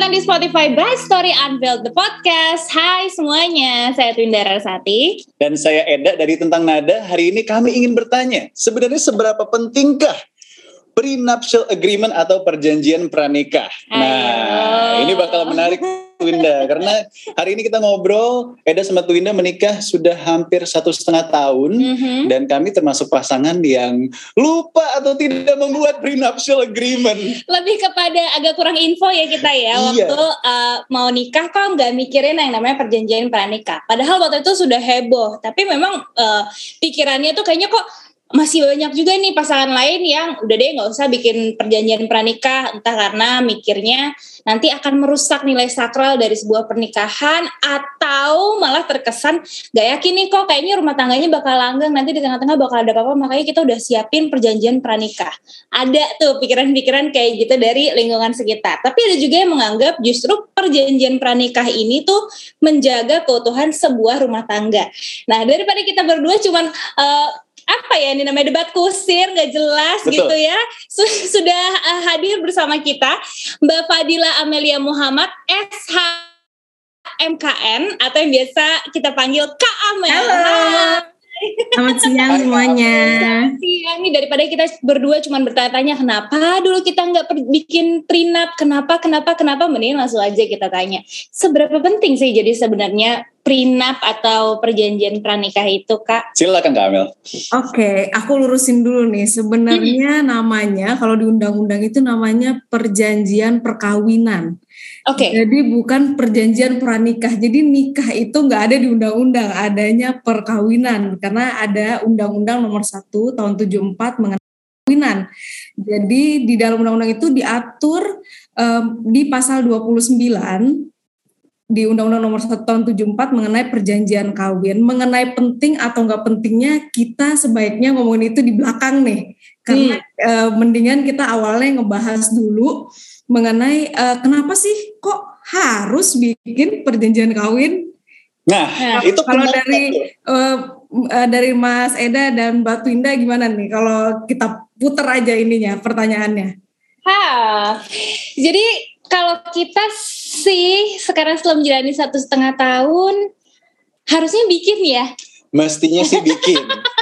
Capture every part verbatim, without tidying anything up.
datang di Spotify by Story Unveiled the Podcast. Hai semuanya, saya Twinda Rasati. Dan saya Eda dari Tentang Nada. Hari ini kami ingin bertanya, sebenarnya seberapa pentingkah prenuptial agreement atau perjanjian pranikah? Ayo. Nah, ini bakal menarik Twinda, karena hari ini kita ngobrol, Eda sama Twinda menikah sudah hampir satu setengah tahun, mm-hmm. dan kami termasuk pasangan yang lupa atau tidak membuat prenuptial agreement. Lebih kepada agak kurang info ya kita ya, iya. waktu uh, mau nikah kok nggak mikirin yang namanya perjanjian pranikah. Padahal waktu itu sudah heboh, tapi memang uh, pikirannya tuh kayaknya kok masih banyak juga nih pasangan lain yang udah deh gak usah bikin perjanjian pranikah, entah karena mikirnya nanti akan merusak nilai sakral dari sebuah pernikahan, atau malah terkesan gak yakin nih kok kayaknya rumah tangganya bakal langgeng, nanti di tengah-tengah bakal ada apa-apa, makanya kita udah siapin perjanjian pranikah. Ada tuh pikiran-pikiran kayak gitu dari lingkungan sekitar. Tapi ada juga yang menganggap justru perjanjian pranikah ini tuh menjaga keutuhan sebuah rumah tangga. Nah, daripada kita berdua cuman uh, apa ya ini namanya debat kusir nggak jelas. Betul. Gitu ya, sudah uh, hadir bersama kita Mbak Fadila Amelia Muhammad S H M K N atau yang biasa kita panggil Kak Amel. Halo. Selamat siang semuanya. Selamat siang nih, daripada kita berdua cuma bertanya-tanya kenapa dulu kita nggak per- bikin prenup, kenapa kenapa kenapa mending langsung aja kita tanya seberapa penting sih jadi sebenarnya prenup atau perjanjian pranikah itu, Kak? Silakan Kak Amel. Oke, aku lurusin dulu nih. Sebenarnya hmm. namanya kalau di undang-undang itu namanya perjanjian perkawinan. Oke. Okay. Jadi bukan perjanjian pranikah. Jadi nikah itu nggak ada di undang-undang, adanya perkawinan karena ada Undang-Undang Nomor satu Tahun tujuh puluh empat mengenai perkawinan. Jadi di dalam undang-undang itu diatur um, di pasal dua puluh sembilan di Undang-Undang Nomor satu Tahun tujuh puluh empat mengenai perjanjian kawin. Mengenai penting atau nggak pentingnya, kita sebaiknya ngomongin itu di belakang nih, karena hmm. uh, mendingan kita awalnya ngebahas dulu mengenai uh, kenapa sih kok harus bikin perjanjian kawin. Nah, nah itu kalau dari uh, uh, dari Mas Eda dan Mbak Twinda gimana nih kalau kita puter aja ininya pertanyaannya? Ha, jadi kalau kita sih sekarang setelah menjalani satu setengah tahun harusnya bikin ya. Mestinya sih bikin,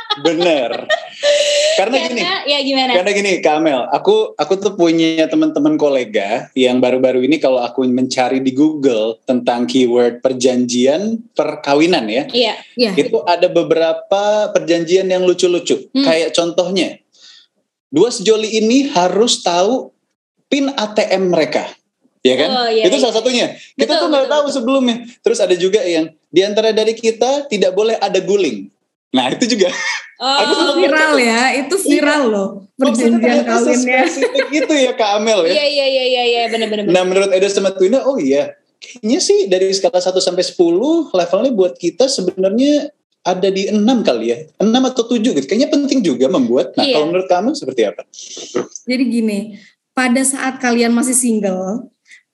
bener. Karena, karena gini, ya gimana? Karena gini, Kak Amel, aku aku tuh punya teman-teman kolega yang baru-baru ini kalau aku mencari di Google tentang keyword perjanjian perkawinan ya, iya, iya. Itu ada beberapa perjanjian yang lucu-lucu. Hmm. Kayak contohnya, dua sejoli ini harus tahu PIN A T M mereka. Ya kan? Oh, iya, itu iya. Salah satunya. Kita betul, tuh nggak tahu betul. Sebelumnya. Terus ada juga yang di antara dari kita tidak boleh ada guling. Nah itu juga. Oh, aku viral ya, itu viral iya. Loh perjanjian kawinnya. Itu ya Kak Amel ya. Iya iya iya iya benar-benar. Nah menurut Eda sama Twinda, oh iya, kayaknya sih dari skala satu sampai sepuluh levelnya buat kita sebenarnya ada di enam kali ya, enam atau tujuh gitu. Kayaknya penting juga membuat. Nah iya. Kalau menurut kamu seperti apa? Jadi gini, pada saat kalian masih single,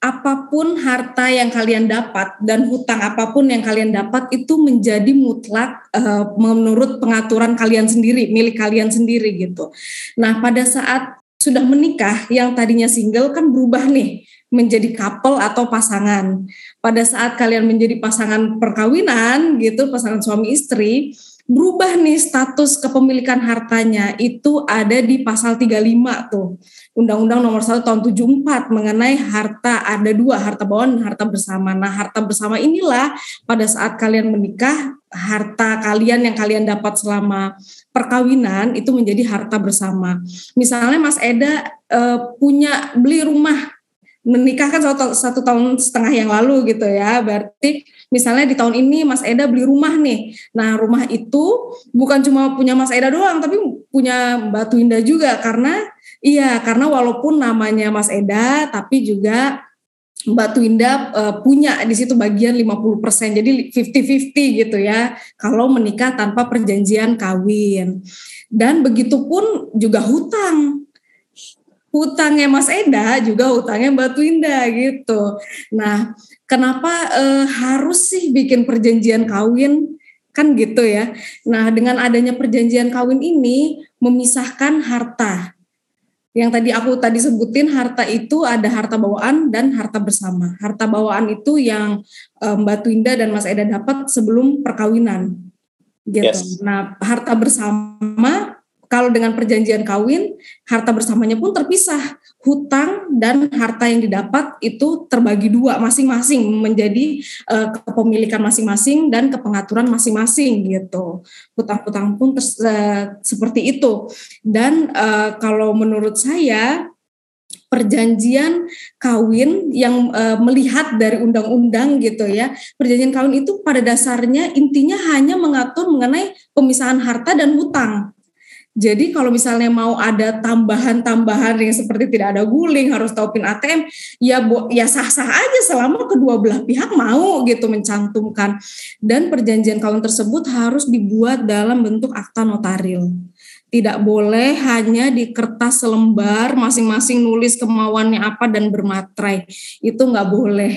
apapun harta yang kalian dapat dan hutang apapun yang kalian dapat itu menjadi mutlak uh, menurut pengaturan kalian sendiri, milik kalian sendiri gitu. Nah, pada saat sudah menikah, yang tadinya single kan berubah nih menjadi couple atau pasangan. Pada saat kalian menjadi pasangan perkawinan gitu, pasangan suami istri, berubah nih status kepemilikan hartanya, itu ada di pasal tiga puluh lima tuh. Undang-Undang Nomor satu Tahun tujuh puluh empat mengenai harta, ada dua, harta bawaan dan harta bersama. Nah, harta bersama inilah pada saat kalian menikah, harta kalian yang kalian dapat selama perkawinan itu menjadi harta bersama. Misalnya Mas Eda uh, punya beli rumah, menikah kan satu, satu tahun setengah yang lalu gitu ya, berarti misalnya di tahun ini Mas Eda beli rumah nih. Nah rumah itu bukan cuma punya Mas Eda doang, tapi punya Mbak Twinda juga, karena iya karena walaupun namanya Mas Eda, tapi juga Mbak Twinda uh, punya di situ bagian lima puluh persen, jadi lima puluh lima puluh gitu ya kalau menikah tanpa perjanjian kawin. Dan begitupun juga hutang. Hutangnya Mas Eda juga hutangnya Mbak Twinda gitu. Nah, kenapa e, harus sih bikin perjanjian kawin? Kan gitu ya. Nah, dengan adanya perjanjian kawin ini memisahkan harta. Yang tadi aku tadi sebutin, harta itu ada harta bawaan dan harta bersama. Harta bawaan itu yang um, Mbak Twinda dan Mas Eda dapat sebelum perkawinan, gitu. Yes. Nah, harta bersama kalau dengan perjanjian kawin, harta bersamanya pun terpisah. Hutang dan harta yang didapat itu terbagi dua masing-masing menjadi uh, kepemilikan masing-masing dan kepengaturan masing-masing gitu. Hutang-hutang pun ter, uh, seperti itu. Dan uh, kalau menurut saya perjanjian kawin yang uh, melihat dari undang-undang gitu ya, perjanjian kawin itu pada dasarnya intinya hanya mengatur mengenai pemisahan harta dan hutang. Jadi kalau misalnya mau ada tambahan-tambahan yang seperti tidak ada guling, harus tahu PIN A T M, ya ya sah-sah aja selama kedua belah pihak mau gitu mencantumkan. Dan perjanjian kawin tersebut harus dibuat dalam bentuk akta notaril. Tidak boleh hanya di kertas selembar, masing-masing nulis kemauannya apa dan bermaterai. Itu nggak boleh.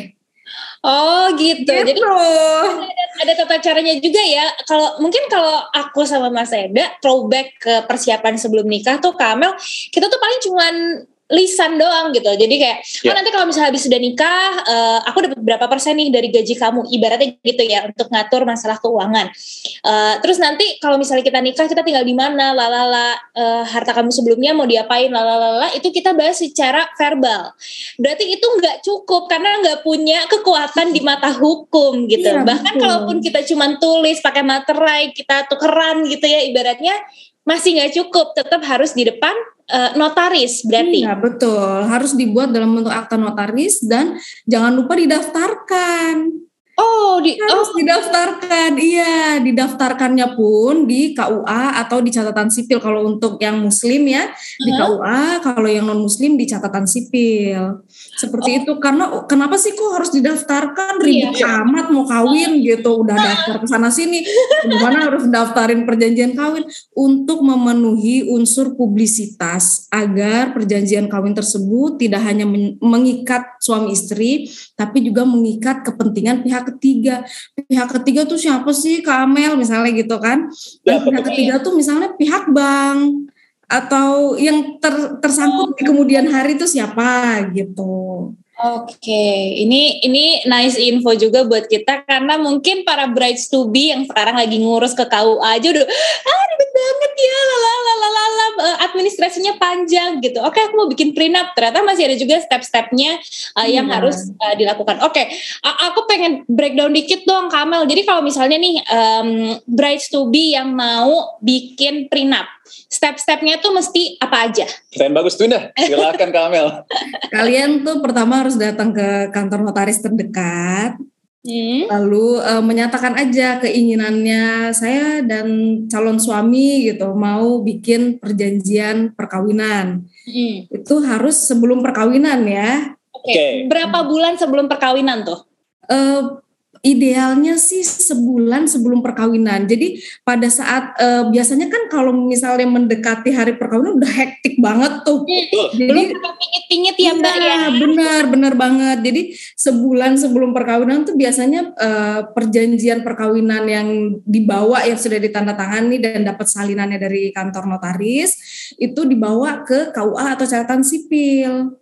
Oh gitu. gitu. Jadi ada, ada tata caranya juga ya. Kalau mungkin kalau aku sama Mas Eda throwback ke persiapan sebelum nikah tuh Kamel, kita tuh paling cuman lisan doang gitu. Jadi kayak yeah. oh nanti kalau misalnya habis sudah nikah, uh, aku dapat berapa persen nih dari gaji kamu, ibaratnya gitu ya, untuk ngatur masalah keuangan. Uh, terus nanti kalau misalnya kita nikah, kita tinggal di mana, lalala, uh, harta kamu sebelumnya mau diapain, lalala, itu kita bahas secara verbal. Berarti itu nggak cukup karena nggak punya kekuatan di mata hukum gitu. Yeah, bahkan betul. Kalaupun kita cuma tulis pakai materai, kita tukeran gitu ya, ibaratnya masih nggak cukup, tetap harus di depan Uh, notaris berarti. Iya betul, harus dibuat dalam bentuk akta notaris dan jangan lupa didaftarkan. Oh, di, harus oh. didaftarkan, iya, didaftarkannya pun di K U A atau di catatan sipil kalau untuk yang muslim ya, uh-huh. di K U A, kalau yang non muslim di catatan sipil. Seperti oh. itu, karena kenapa sih kok harus didaftarkan, ribet iya. amat mau kawin gitu, udah daftar ke sana sini, gimana harus daftarin perjanjian kawin untuk memenuhi unsur publisitas agar perjanjian kawin tersebut tidak hanya mengikat suami istri, tapi juga mengikat kepentingan pihak ketiga. Pihak ketiga tuh siapa sih, Kak Amel misalnya gitu kan. Dan pihak ketiga tuh misalnya pihak bank atau yang ter, tersangkut di kemudian hari itu siapa gitu. Oke, okay. ini ini nice info juga buat kita karena mungkin para brides to be yang sekarang lagi ngurus ke K U A aja udah ah ribet banget ya, lalalala, administrasinya panjang gitu. Oke, okay, aku mau bikin prenup, ternyata masih ada juga step-stepnya uh, yang yeah. harus uh, dilakukan. Oke, okay. aku pengen breakdown dikit dong, Kamel. Jadi kalau misalnya nih um, brides to be yang mau bikin prenup, step-stepnya tuh mesti apa aja? Keren bagus tuh dah, silakan Kamel. Kalian tuh pertama harus datang ke kantor notaris terdekat, hmm. lalu e, menyatakan aja keinginannya saya dan calon suami gitu mau bikin perjanjian perkawinan. Hmm. Itu harus sebelum perkawinan ya. Oke. Okay. Berapa bulan sebelum perkawinan tuh? E, Idealnya sih sebulan sebelum perkawinan. Jadi pada saat e, biasanya kan kalau misalnya mendekati hari perkawinan udah hektik banget tuh. Hmm. Jadi pingit-pingit ya Mbak ya. Benar, benar banget. Jadi sebulan sebelum perkawinan tuh biasanya e, perjanjian perkawinan yang dibawa yang sudah ditandatangani dan dapat salinannya dari kantor notaris itu dibawa ke K U A atau catatan sipil.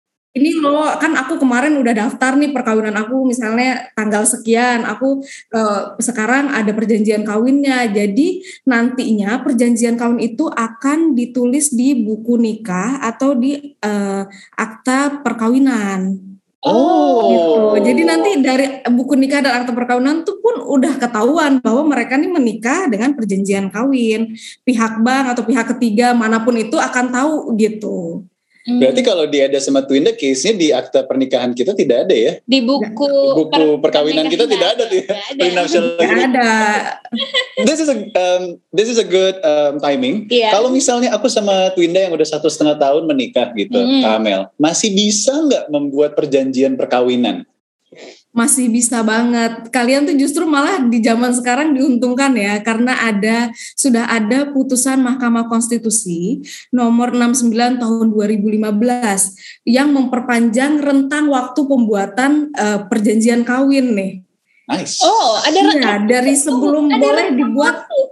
Ini loh, kan aku kemarin udah daftar nih perkawinan aku misalnya tanggal sekian, aku eh, sekarang ada perjanjian kawinnya. Jadi nantinya perjanjian kawin itu akan ditulis di buku nikah atau di eh, akta perkawinan. Oh, gitu. Jadi nanti dari buku nikah dan akta perkawinan itu pun udah ketahuan bahwa mereka nih menikah dengan perjanjian kawin. Pihak bank atau pihak ketiga manapun itu akan tahu gitu. Berarti kalau dia ada sama Twinda, case-nya di akta pernikahan kita tidak ada ya? Di buku buku per- perkawinan kita tidak ada tuh ya? Tidak ada. This is a um, this is a good um, timing. Yeah. Kalau misalnya aku sama Twinda yang udah satu setengah tahun menikah gitu, mm. Kamel, masih bisa nggak membuat perjanjian perkawinan? Masih bisa banget. Kalian tuh justru malah di zaman sekarang diuntungkan ya, karena ada sudah ada putusan Mahkamah Konstitusi nomor enam puluh sembilan tahun dua ribu lima belas yang memperpanjang rentang waktu pembuatan uh, perjanjian kawin nih. Nice. Oh, ada ya, dari sebelum ada boleh dibuat waktu.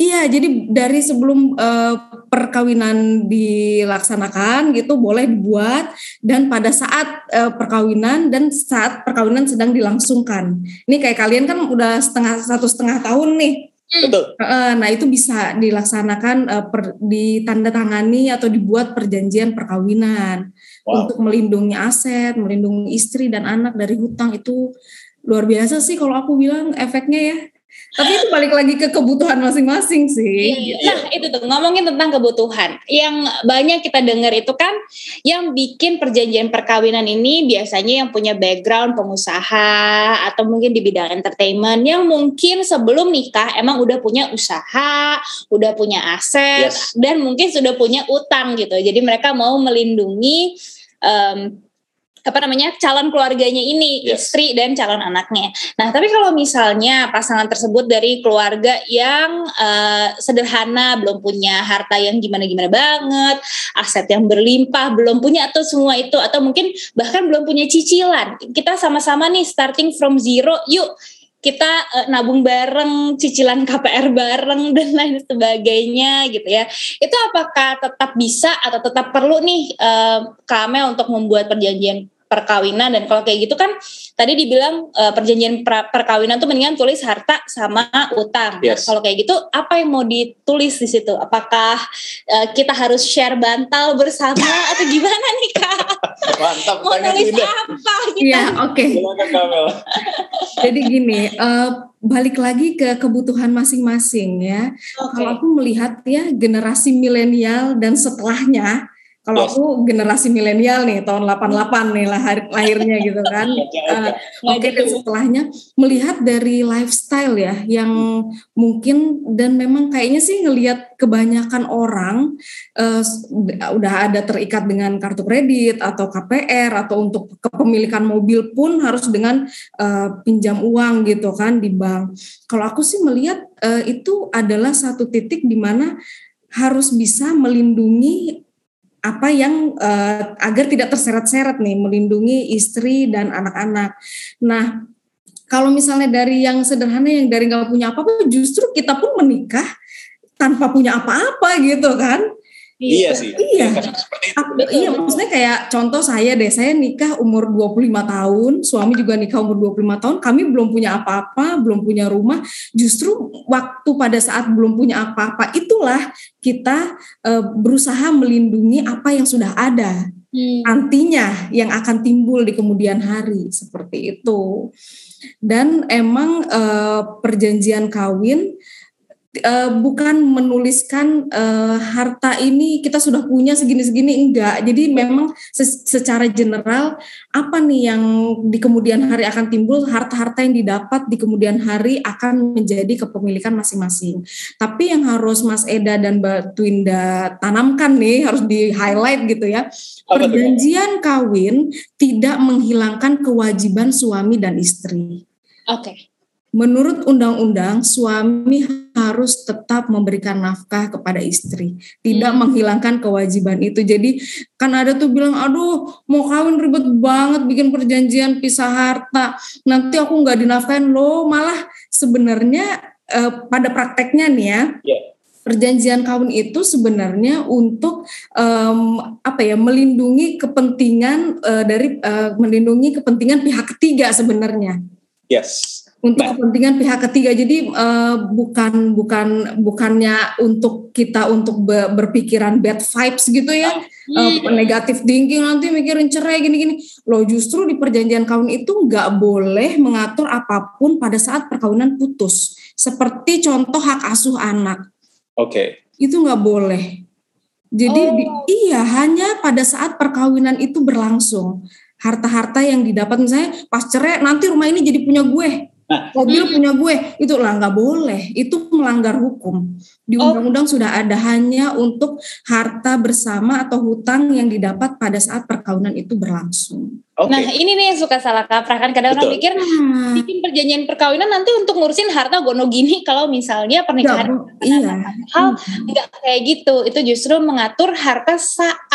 Iya, jadi dari sebelum uh, perkawinan dilaksanakan gitu boleh dibuat, dan pada saat uh, perkawinan dan saat perkawinan sedang dilangsungkan. Ini kayak kalian kan udah setengah satu setengah tahun nih. Betul. Nah itu bisa dilaksanakan uh, per, ditandatangani atau dibuat perjanjian perkawinan. Wow. Untuk melindungi aset, melindungi istri dan anak dari hutang. Itu luar biasa sih kalau aku bilang efeknya ya. Tapi itu balik lagi ke kebutuhan masing-masing sih. Nah itu tuh ngomongin tentang kebutuhan. Yang banyak kita dengar itu kan yang bikin perjanjian perkawinan ini biasanya yang punya background pengusaha atau mungkin di bidang entertainment yang mungkin sebelum nikah emang udah punya usaha, udah punya aset, yes. dan mungkin sudah punya utang gitu. Jadi mereka mau melindungi um, apa namanya calon keluarganya ini, yes. istri dan calon anaknya. Nah, tapi kalau misalnya pasangan tersebut dari keluarga yang uh, sederhana, belum punya harta yang gimana-gimana banget, aset yang berlimpah, belum punya atau semua itu, atau mungkin bahkan belum punya cicilan. Kita sama-sama nih starting from zero, yuk kita uh, nabung bareng, cicilan K P R bareng dan lain sebagainya gitu ya. Itu apakah tetap bisa atau tetap perlu nih uh, Kak Amel untuk membuat perjanjian perkawinan? Dan kalau kayak gitu kan tadi dibilang uh, perjanjian pra, perkawinan tuh mendingan tulis harta sama utang. Yes. Nah, kalau kayak gitu apa yang mau ditulis di situ? Apakah uh, kita harus share bantal bersama atau gimana nih Kak? Mantap, mau tulis apa gitu? Ya oke. Okay. Jadi gini, uh, balik lagi ke kebutuhan masing-masing ya. Okay. Kalau aku melihat ya generasi milenial dan setelahnya. Kalau yes. aku generasi milenial nih, tahun delapan puluh delapan nih lahir, lahirnya gitu kan. uh, Oke, okay, dan setelahnya melihat dari lifestyle ya, yang mungkin dan memang kayaknya sih ngelihat kebanyakan orang uh, udah ada terikat dengan kartu kredit atau K P R atau untuk kepemilikan mobil pun harus dengan uh, pinjam uang gitu kan di bank. Kalau aku sih melihat uh, itu adalah satu titik di mana harus bisa melindungi apa yang uh, agar tidak terseret-seret nih, melindungi istri dan anak-anak. Nah, kalau misalnya dari yang sederhana, yang dari nggak punya apa-apa, justru kita pun menikah tanpa punya apa-apa gitu kan? Iya sih. Iya. Aku, iya, maksudnya kayak contoh saya deh, saya nikah umur dua puluh lima tahun, suami juga nikah umur dua puluh lima tahun, kami belum punya apa-apa, belum punya rumah. Justru waktu pada saat belum punya apa-apa itulah kita e, berusaha melindungi apa yang sudah ada. Hmm. Nantinya yang akan timbul di kemudian hari, seperti itu. Dan emang e, perjanjian kawin Uh, bukan menuliskan uh, harta ini kita sudah punya segini-segini, enggak. Jadi memang se- secara general apa nih yang di kemudian hari akan timbul, harta-harta yang didapat di kemudian hari akan menjadi kepemilikan masing-masing. Tapi yang harus Mas Eda dan Mbak Twinda tanamkan nih, harus di-highlight gitu ya. Perjanjian kawin tidak menghilangkan kewajiban suami dan istri. Oke. Okay. Menurut undang-undang, suami harus tetap memberikan nafkah kepada istri, tidak hmm. menghilangkan kewajiban itu. Jadi kan ada tuh bilang, aduh mau kawin ribet banget bikin perjanjian pisah harta, nanti aku nggak dinafkahin loh. Malah sebenarnya eh, pada prakteknya nih ya, yeah. perjanjian kawin itu sebenarnya untuk um, apa ya melindungi kepentingan uh, dari uh, melindungi kepentingan pihak ketiga sebenarnya. Yes. Untuk nah. kepentingan pihak ketiga, jadi uh, bukan bukan bukannya untuk kita untuk be, berpikiran bad vibes gitu ya, hmm. uh, negatif thinking nanti mikirin cerai gini-gini. Loh justru di perjanjian kawin itu nggak boleh mengatur apapun pada saat perkawinan putus, seperti contoh hak asuh anak. Oke. Okay. Itu nggak boleh. Jadi oh. di, iya hanya pada saat perkawinan itu berlangsung, harta-harta yang didapat misalnya pas cerai nanti rumah ini jadi punya gue. Nah, mobil punya gue, itu lah nggak boleh, itu melanggar hukum. Di undang-undang oh. sudah ada hanya untuk harta bersama atau hutang yang didapat pada saat perkawinan itu berlangsung. Okay. Nah ini nih yang suka salah kaprah kan, kadang orang pikir nah. bikin perjanjian perkawinan nanti untuk ngurusin harta gono gini kalau misalnya pernikahan. Gak, iya. Hal nggak kayak gitu, itu justru mengatur harta saat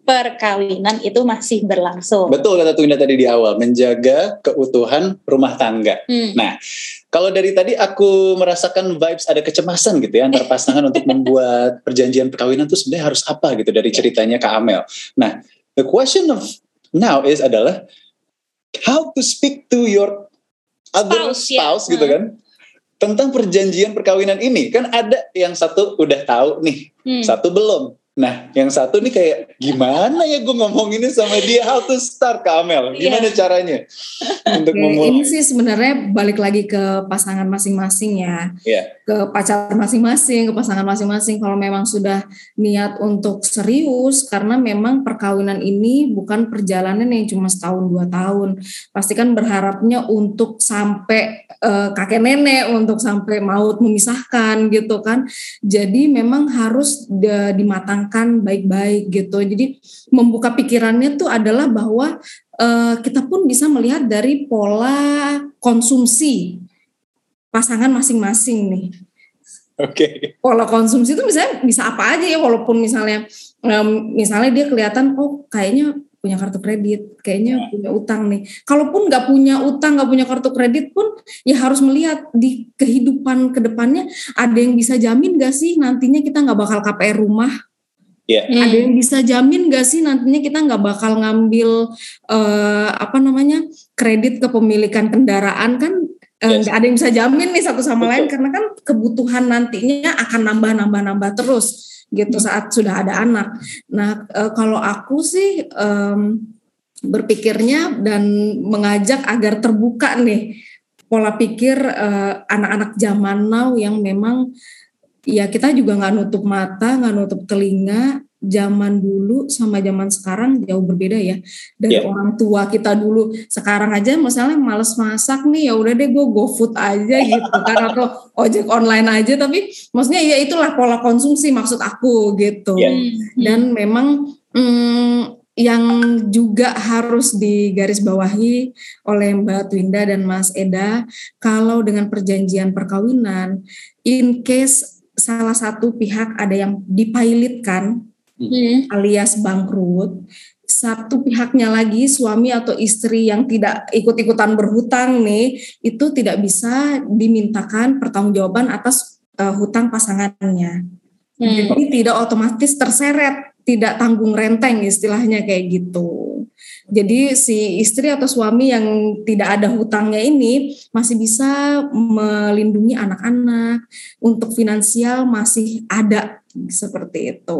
perkawinan itu masih berlangsung. Betul kata Twinda tadi di awal, menjaga keutuhan rumah tangga. Hmm. Nah, kalau dari tadi aku merasakan vibes ada kecemasan gitu ya antar pasangan untuk membuat perjanjian perkawinan itu sebenarnya harus apa gitu dari ceritanya Kak Amel. Nah, the question of now is adalah how to speak to your other spouse, spouse ya. gitu kan, tentang perjanjian perkawinan ini. Kan ada yang satu udah tahu nih, hmm. satu belum. Nah, yang satu nih kayak gimana ya gue ngomonginnya sama dia, how to start Kak Amel, gimana yeah. caranya untuk okay, memulai? Ini sih sebenarnya balik lagi ke pasangan masing-masing ya, yeah. ke pacar masing-masing, ke pasangan masing-masing. Kalau memang sudah niat untuk serius, karena memang perkawinan ini bukan perjalanan yang cuma setahun dua tahun, pasti kan berharapnya untuk sampai uh, kakek nenek, untuk sampai maut memisahkan gitu kan. Jadi memang harus uh, dimatangkan baik-baik gitu. Jadi membuka pikirannya tuh adalah bahwa uh, kita pun bisa melihat dari pola konsumsi pasangan masing-masing nih. Oke. Okay. Pola konsumsi itu misalnya bisa apa aja ya, walaupun misalnya um, misalnya dia kelihatan oh kayaknya punya kartu kredit, kayaknya punya utang nih. Kalaupun nggak punya utang, nggak punya kartu kredit pun, ya harus melihat di kehidupan kedepannya ada yang bisa jamin nggak sih nantinya kita nggak bakal K P R rumah. Yeah. Hmm. Ada yang bisa jamin gak sih nantinya kita nggak bakal ngambil uh, apa namanya kredit kepemilikan kendaraan kan? Nggak yes. ada yang bisa jamin nih satu sama Betul. lain karena kan kebutuhan nantinya akan nambah-nambah-nambah terus gitu hmm. saat sudah ada anak. Nah uh, kalau aku sih um, berpikirnya dan mengajak agar terbuka nih pola pikir uh, anak-anak zaman now yang memang ya kita juga nggak nutup mata, nggak nutup telinga. Zaman dulu sama zaman sekarang jauh berbeda ya. Dari yeah. orang tua kita dulu, sekarang aja misalnya males masak nih, ya udah deh gue GoFood aja gitu kan, atau ojek online aja. Tapi maksudnya ya itulah pola konsumsi maksud aku gitu. Yeah. Dan memang hmm, yang juga harus digarisbawahi oleh Mbak Twinda dan Mas Eda, kalau dengan perjanjian perkawinan, in case salah satu pihak ada yang dipilotkan hmm. alias bangkrut, satu pihaknya lagi suami atau istri yang tidak ikut-ikutan berhutang nih, itu tidak bisa dimintakan pertanggungjawaban atas uh, hutang pasangannya. Hmm. Jadi tidak otomatis terseret, tidak tanggung renteng istilahnya kayak gitu. Jadi si istri atau suami yang tidak ada hutangnya ini masih bisa melindungi anak-anak, untuk finansial masih ada seperti itu.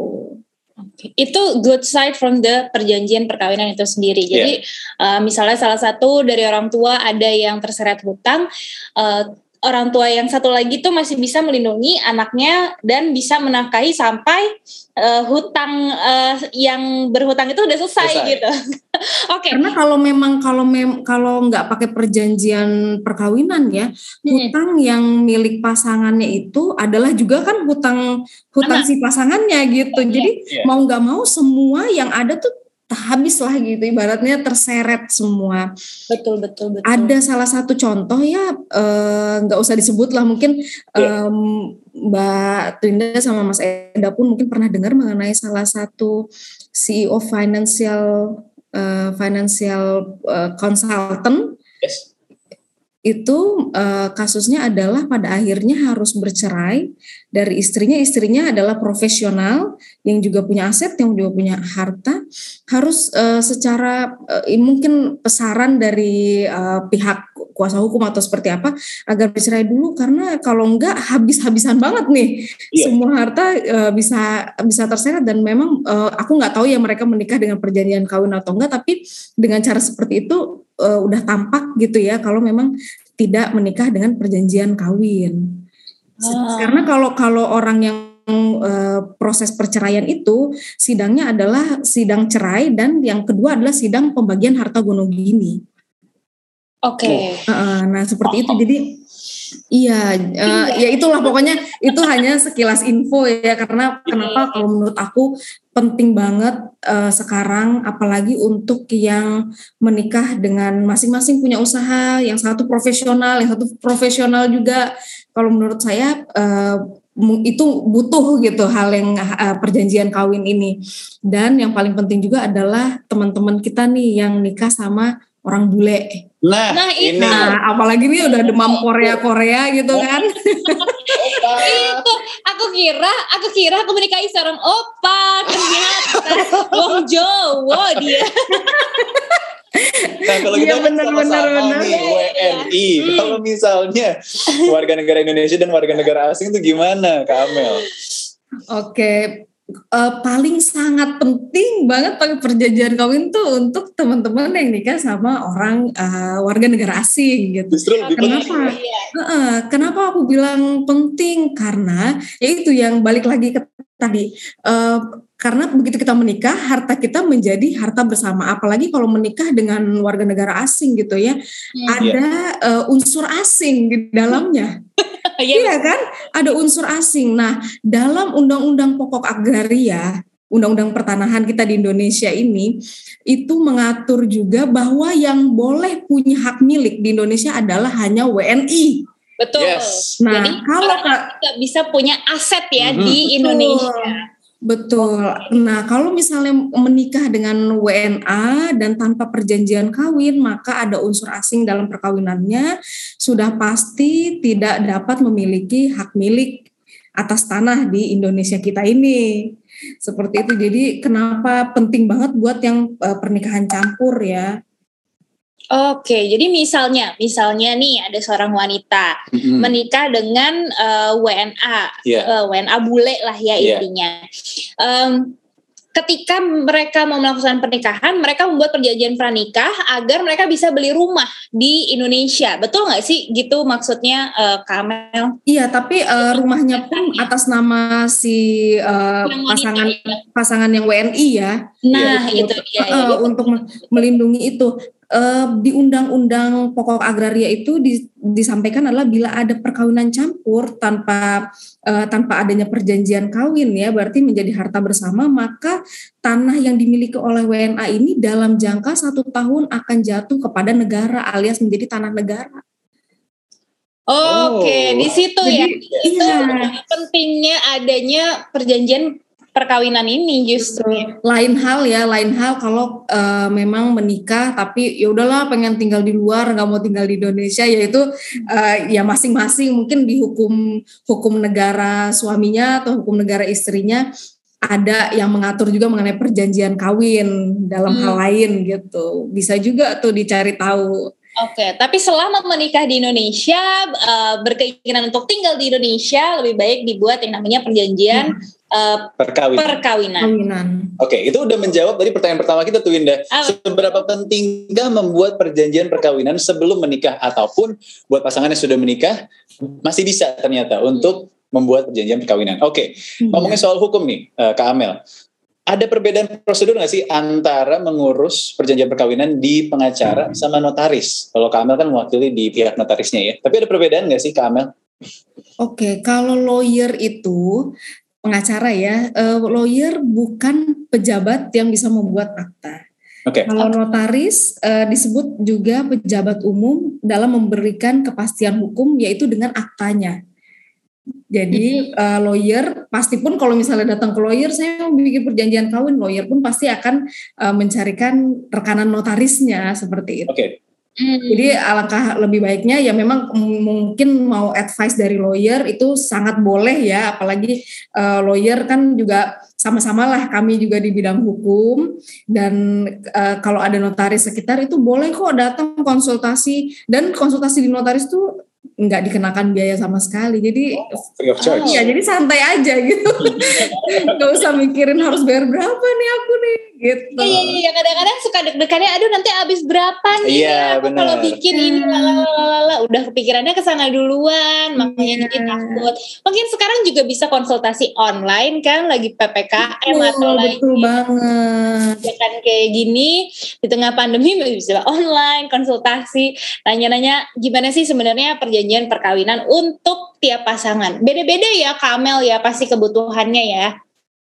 Okay. Itu good side from the perjanjian perkawinan itu sendiri. Jadi yeah. uh, misalnya salah satu dari orang tua ada yang terseret hutang, uh, orang tua yang satu lagi tuh masih bisa melindungi anaknya dan bisa menafkahi sampai uh, hutang uh, yang berhutang itu udah selesai, selesai. gitu. Oke. Okay. Karena kalau memang kalau mem kalau nggak pakai perjanjian perkawinan ya, hmm. hutang yang milik pasangannya itu adalah juga kan hutang hutang Anak. si pasangannya gitu. Yeah. Jadi yeah. mau nggak mau semua yang ada tuh habis lah gitu, ibaratnya terseret semua. Betul betul betul. Ada salah satu contoh ya, nggak uh, usah disebut lah, mungkin yeah. um, Mbak Twinda sama Mas Eda pun mungkin pernah dengar mengenai salah satu C E O financial uh, financial uh, consultant. Yes. Itu uh, kasusnya adalah pada akhirnya harus bercerai dari istrinya. Istrinya adalah profesional yang juga punya aset, yang juga punya harta. Harus uh, secara uh, mungkin pesaran dari uh, pihak kuasa hukum atau seperti apa agar bercerai dulu, karena kalau enggak habis-habisan banget nih yeah. semua harta uh, bisa bisa terseret. Dan memang uh, aku nggak tahu ya mereka menikah dengan perjanjian kawin atau enggak, tapi dengan cara seperti itu uh, udah tampak gitu ya kalau memang tidak menikah dengan perjanjian kawin. Oh. Karena kalau kalau orang yang uh, proses perceraian itu sidangnya adalah sidang cerai, dan yang kedua adalah sidang pembagian harta gonogini. Oke. Okay. Uh, nah seperti oh. itu. Jadi iya, uh, ya itulah pokoknya itu hanya sekilas info ya, karena kenapa kalau menurut aku penting banget uh, sekarang, apalagi untuk yang menikah dengan masing-masing punya usaha, yang satu profesional, yang satu profesional juga. Kalau menurut saya uh, itu butuh gitu hal yang uh, perjanjian kawin ini. Dan yang paling penting juga adalah teman-teman kita nih yang nikah sama orang bule. Nah, nah ini nah, apalagi nih udah demam Korea-Korea gitu kan. Itu aku kira, aku kira aku menikahi seorang opa, ternyata wong Jawa dia. Nah kalau kita ya, kan bener, sama-sama bener, nih bener. W N I, hmm. kalau misalnya warga negara Indonesia dan warga negara asing itu gimana, Kak Amel? Oke, uh, paling sangat penting banget pakai perjanjian kawin tuh untuk teman-teman yang nikah sama orang uh, warga negara asing gitu. Justru lebih kenapa? penting. Ya? Uh, kenapa aku bilang penting? Karena ya itu yang balik lagi ke tadi. Uh, Karena begitu kita menikah, harta kita menjadi harta bersama. Apalagi kalau menikah dengan warga negara asing gitu ya, hmm, ada yeah. uh, unsur asing di dalamnya. Iya kan? Ada unsur asing. Nah, dalam Undang-Undang Pokok Agraria, Undang-Undang Pertanahan kita di Indonesia ini, itu mengatur juga bahwa yang boleh punya hak milik di Indonesia adalah hanya W N I. Betul. Yes. Nah, jadi kalau kita bisa punya aset ya mm-hmm. di Indonesia. Betul. Nah, kalau misalnya menikah dengan W N A dan tanpa perjanjian kawin, maka ada unsur asing dalam perkawinannya, sudah pasti tidak dapat memiliki hak milik atas tanah di Indonesia kita ini. Seperti itu. Jadi kenapa penting banget buat yang uh, pernikahan campur ya. Oke, jadi misalnya, misalnya nih ada seorang wanita mm-hmm. menikah dengan uh, W N A, yeah. uh, W N A bule lah ya yeah. intinya. Um, ketika mereka mau melakukan pernikahan, mereka membuat perjanjian pranikah agar mereka bisa beli rumah di Indonesia. Betul nggak sih? Gitu maksudnya, uh, Kak Amel? Iya, tapi uh, rumahnya pun atas nama si uh, pasangan ya. pasangan yang W N I ya. Nah, ya, itu dia. Uh, ya. Untuk melindungi itu. Uh, di Undang-Undang Pokok Agraria itu di, disampaikan adalah bila ada perkawinan campur tanpa uh, tanpa adanya perjanjian kawin ya, berarti menjadi harta bersama, maka tanah yang dimiliki oleh W N A ini dalam jangka satu tahun akan jatuh kepada negara alias menjadi tanah negara. Oke, okay. oh. di situ Jadi, ya. Itu iya. pentingnya adanya perjanjian perkawinan ini justru. Lain hal ya, lain hal kalau uh, memang menikah tapi ya udahlah pengen tinggal di luar, nggak mau tinggal di Indonesia, yaitu uh, ya masing-masing mungkin di hukum hukum negara suaminya atau hukum negara istrinya ada yang mengatur juga mengenai perjanjian kawin dalam hmm. hal lain gitu. Bisa juga tuh dicari tahu. Oke, tapi selama menikah di Indonesia, uh, berkeinginan untuk tinggal di Indonesia, lebih baik dibuat yang namanya perjanjian hmm. uh, perkawinan. perkawinan. Oke, itu udah menjawab dari pertanyaan pertama kita tuh, Indah. Ah, Seberapa pentingkah membuat perjanjian perkawinan sebelum menikah, ataupun buat pasangan yang sudah menikah masih bisa ternyata hmm. untuk membuat perjanjian perkawinan. Oke, hmm. ngomongin soal hukum nih, uh, Kak Amel. Ada perbedaan prosedur nggak sih antara mengurus perjanjian perkawinan di pengacara sama notaris? Kalau Kak Amel kan mewakili di pihak notarisnya ya. Tapi ada perbedaan nggak sih, Kak Amel? Oke, kalau lawyer itu pengacara ya, uh, lawyer bukan pejabat yang bisa membuat akta. Okay. Kalau notaris uh, disebut juga pejabat umum dalam memberikan kepastian hukum, yaitu dengan aktanya. Jadi uh, lawyer pasti pun kalau misalnya datang ke lawyer, saya mau bikin perjanjian kawin, lawyer pun pasti akan uh, mencarikan rekanan notarisnya seperti itu. Oke. Okay. Jadi alangkah lebih baiknya ya memang mungkin mau advice dari lawyer itu sangat boleh ya, apalagi uh, lawyer kan juga sama-sama lah kami juga di bidang hukum, dan uh, kalau ada notaris sekitar itu boleh kok datang konsultasi, dan konsultasi di notaris tuh nggak dikenakan biaya sama sekali, jadi free of charge. Ya jadi santai aja gitu, nggak usah mikirin harus bayar berapa nih aku nih gitu. Iya iya kadang-kadang suka deg-degannya, aduh nanti habis berapa nih iya, aku kalau bikin ini lalalala, udah kepikirannya kesana duluan, makanya jadi yeah. takut. Mungkin sekarang juga bisa konsultasi online kan, lagi P P K M betul, atau lagi betul banget ya kan kayak gini di tengah pandemi bisa online konsultasi, nanya-nanya gimana sih sebenarnya perjanjian perkawinan untuk tiap pasangan. Beda-beda ya Kak Amel ya pasti kebutuhannya ya.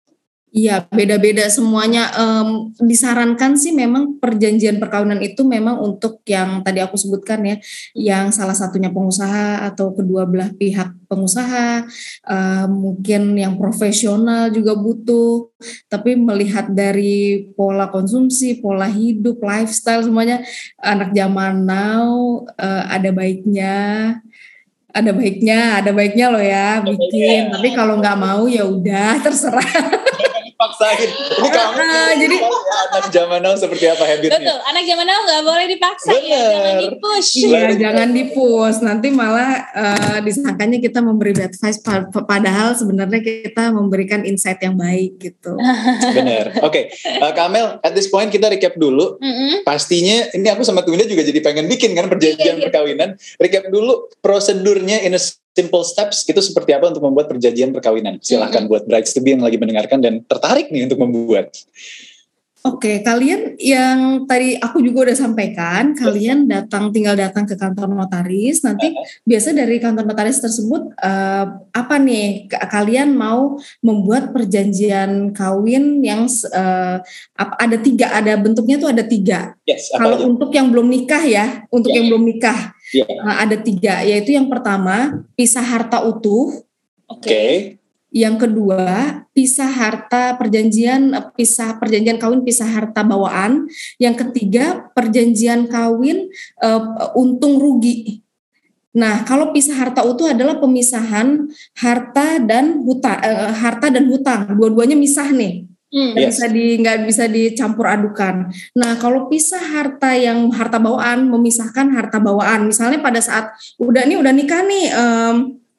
Iya, beda-beda semuanya. Um, disarankan sih memang perjanjian perkawinan itu memang untuk yang tadi aku sebutkan ya, yang salah satunya pengusaha atau kedua belah pihak pengusaha, uh, mungkin yang profesional juga butuh. Tapi melihat dari pola konsumsi, pola hidup, lifestyle semuanya, anak zaman now uh, ada baiknya. Ada baiknya, ada baiknya loh ya bikin. Tapi kalau nggak mau ya udah terserah. Paksain. Ini kamu uh, jadi ya, anak zaman now seperti apa habitnya? Betul, anak zaman now nggak boleh dipaksa. Bener. Ya, jangan dipush. Iya, jangan dipush. Nanti malah uh, disangkanya kita memberi advice, padahal sebenarnya kita memberikan insight yang baik gitu. Bener. Oke, okay. uh, Kamel, at this point kita recap dulu. Mm-hmm. Pastinya ini aku sama Twinda juga jadi pengen bikin kan perjanjian yeah, perkawinan. Recap dulu prosedurnya in a simple steps itu seperti apa untuk membuat perjanjian perkawinan. Silahkan mm-hmm. buat brides to be yang lagi mendengarkan dan tertarik nih untuk membuat. Oke, kalian yang tadi aku juga udah sampaikan, kalian datang tinggal datang ke kantor notaris. Nanti uh-huh. biasa dari kantor notaris tersebut uh, apa nih? Kalian mau membuat perjanjian kawin yang uh, ada tiga, ada bentuknya tuh ada tiga. Yes, kalau aja? Untuk yang belum nikah ya, untuk yeah. yang belum nikah yeah. uh, ada tiga, yaitu yang pertama pisah harta utuh. Oke. Okay. Yang kedua, pisah harta perjanjian pisah perjanjian kawin pisah harta bawaan. Yang ketiga, perjanjian kawin uh, untung rugi. Nah, kalau pisah harta utuh adalah pemisahan harta dan hutang, uh, harta dan hutang, dua-duanya misah nih. Hmm, nggak yes. bisa di nggak bisa dicampur adukan. Nah, kalau pisah harta yang harta bawaan, memisahkan harta bawaan. Misalnya pada saat udah nih udah nikah nih. Um,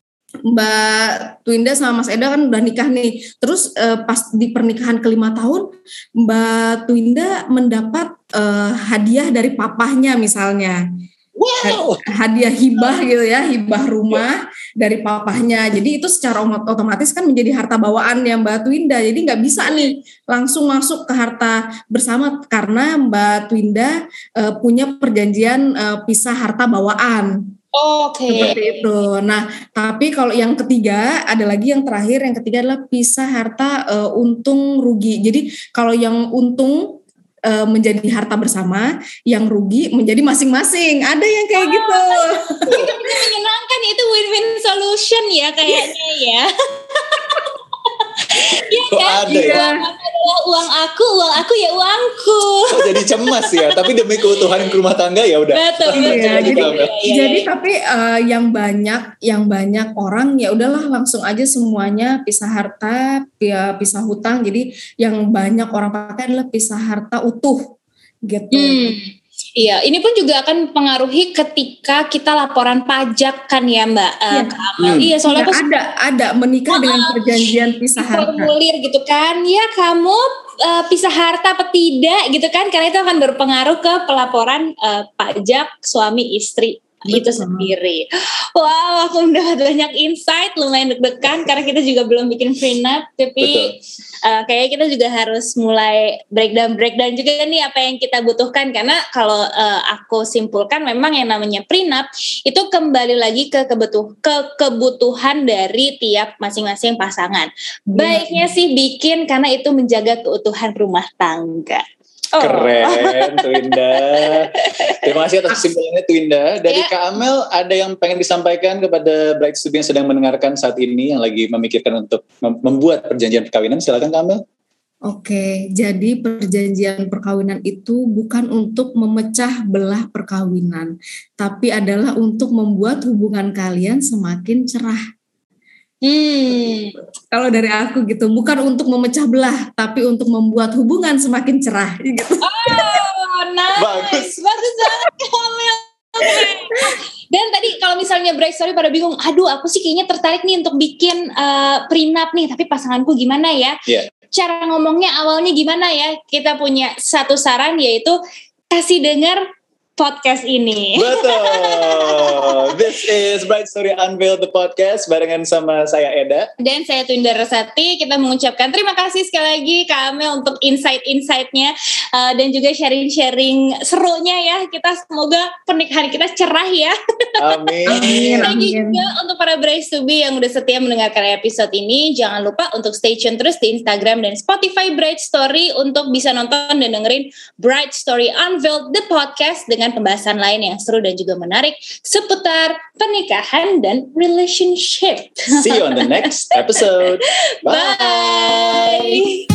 Mbak Twinda sama Mas Eda kan udah nikah nih. Terus eh, pas di pernikahan kelima tahun, Mbak Twinda mendapat eh, hadiah dari papahnya misalnya. Wow. Hadiah hibah gitu ya, hibah rumah dari papahnya. Jadi itu secara otomatis kan menjadi harta bawaan yang Mbak Twinda. Jadi nggak bisa nih langsung masuk ke harta bersama karena Mbak Twinda eh, punya perjanjian eh, pisah harta bawaan. Oke. Okay. Seperti itu. Nah, tapi kalau yang ketiga ada lagi yang terakhir, yang ketiga adalah pisah harta uh, untung rugi. Jadi kalau yang untung uh, menjadi harta bersama, yang rugi menjadi masing-masing. Ada yang kayak oh, gitu. Itu menyenangkan, itu win-win solution ya kayaknya ya. Iya kan? Ada ya? Uang aku adalah uang aku, uang aku ya uangku. Oh, jadi cemas ya, tapi demi keutuhan rumah tangga ya udah. Betul, betul. Iya, jadi, ya, ya, jadi ya. Tapi uh, yang banyak, yang banyak orang ya udahlah langsung aja semuanya pisah harta, pisah hutang. Jadi yang banyak orang pakai adalah pisah harta utuh, gitu. Hmm. Iya, ini pun juga akan mempengaruhi ketika kita laporan pajak kan ya Mbak. Iya, uh, iya soalnya ya, ada ada menikah uh, dengan perjanjian pisah harta. Formulir gitu kan, ya kamu uh, pisah harta apa tidak gitu kan, karena itu akan berpengaruh ke pelaporan uh, pajak suami istri. Betul. Itu sendiri. Wow, aku mendapat banyak insight, lumayan deg-degan karena kita juga belum bikin prenup, tapi uh, kayaknya kita juga harus mulai breakdown breakdown juga nih apa yang kita butuhkan, karena kalau uh, aku simpulkan memang yang namanya prenup itu kembali lagi ke kebutuh ke kebutuhan dari tiap masing-masing pasangan. Baiknya hmm. sih bikin karena itu menjaga keutuhan rumah tangga. Oh. Keren Twinda. Terima kasih atas kesimpulannya Twinda. Dari yeah. Kak Amel ada yang pengen disampaikan kepada brides to be yang sedang mendengarkan saat ini, yang lagi memikirkan untuk membuat perjanjian perkawinan. Silakan Kak Amel. Oke, jadi perjanjian perkawinan itu bukan untuk memecah belah perkawinan, tapi adalah untuk membuat hubungan kalian semakin cerah. Hmm, kalau dari aku gitu, bukan untuk memecah belah, tapi untuk membuat hubungan semakin cerah. Gitu. Oh, nice, bagus, bagus banget Kamel. Dan tadi kalau misalnya bright story pada bingung, aduh aku sih kayaknya tertarik nih untuk bikin uh, prenup nih, tapi pasanganku gimana ya? Yeah. Cara ngomongnya awalnya gimana ya? Kita punya satu saran yaitu kasih dengar podcast ini. Betul. This is Bright Story Unveiled, the podcast barengan sama saya Eda dan saya Twinda Resati. Kita mengucapkan terima kasih sekali lagi Kak Amel untuk insight-insightnya uh, dan juga sharing-sharing serunya ya. Kita semoga pernikahan kita cerah ya. Amin. Amin. Thank you juga untuk para Bright to Be yang udah setia mendengarkan episode ini. Jangan lupa untuk stay tune terus di Instagram dan Spotify Bright Story untuk bisa nonton dan dengerin Bright Story Unveiled, the podcast dengan pembahasan lain yang seru dan juga menarik seputar pernikahan dan relationship. See you on the next episode. Bye. Bye.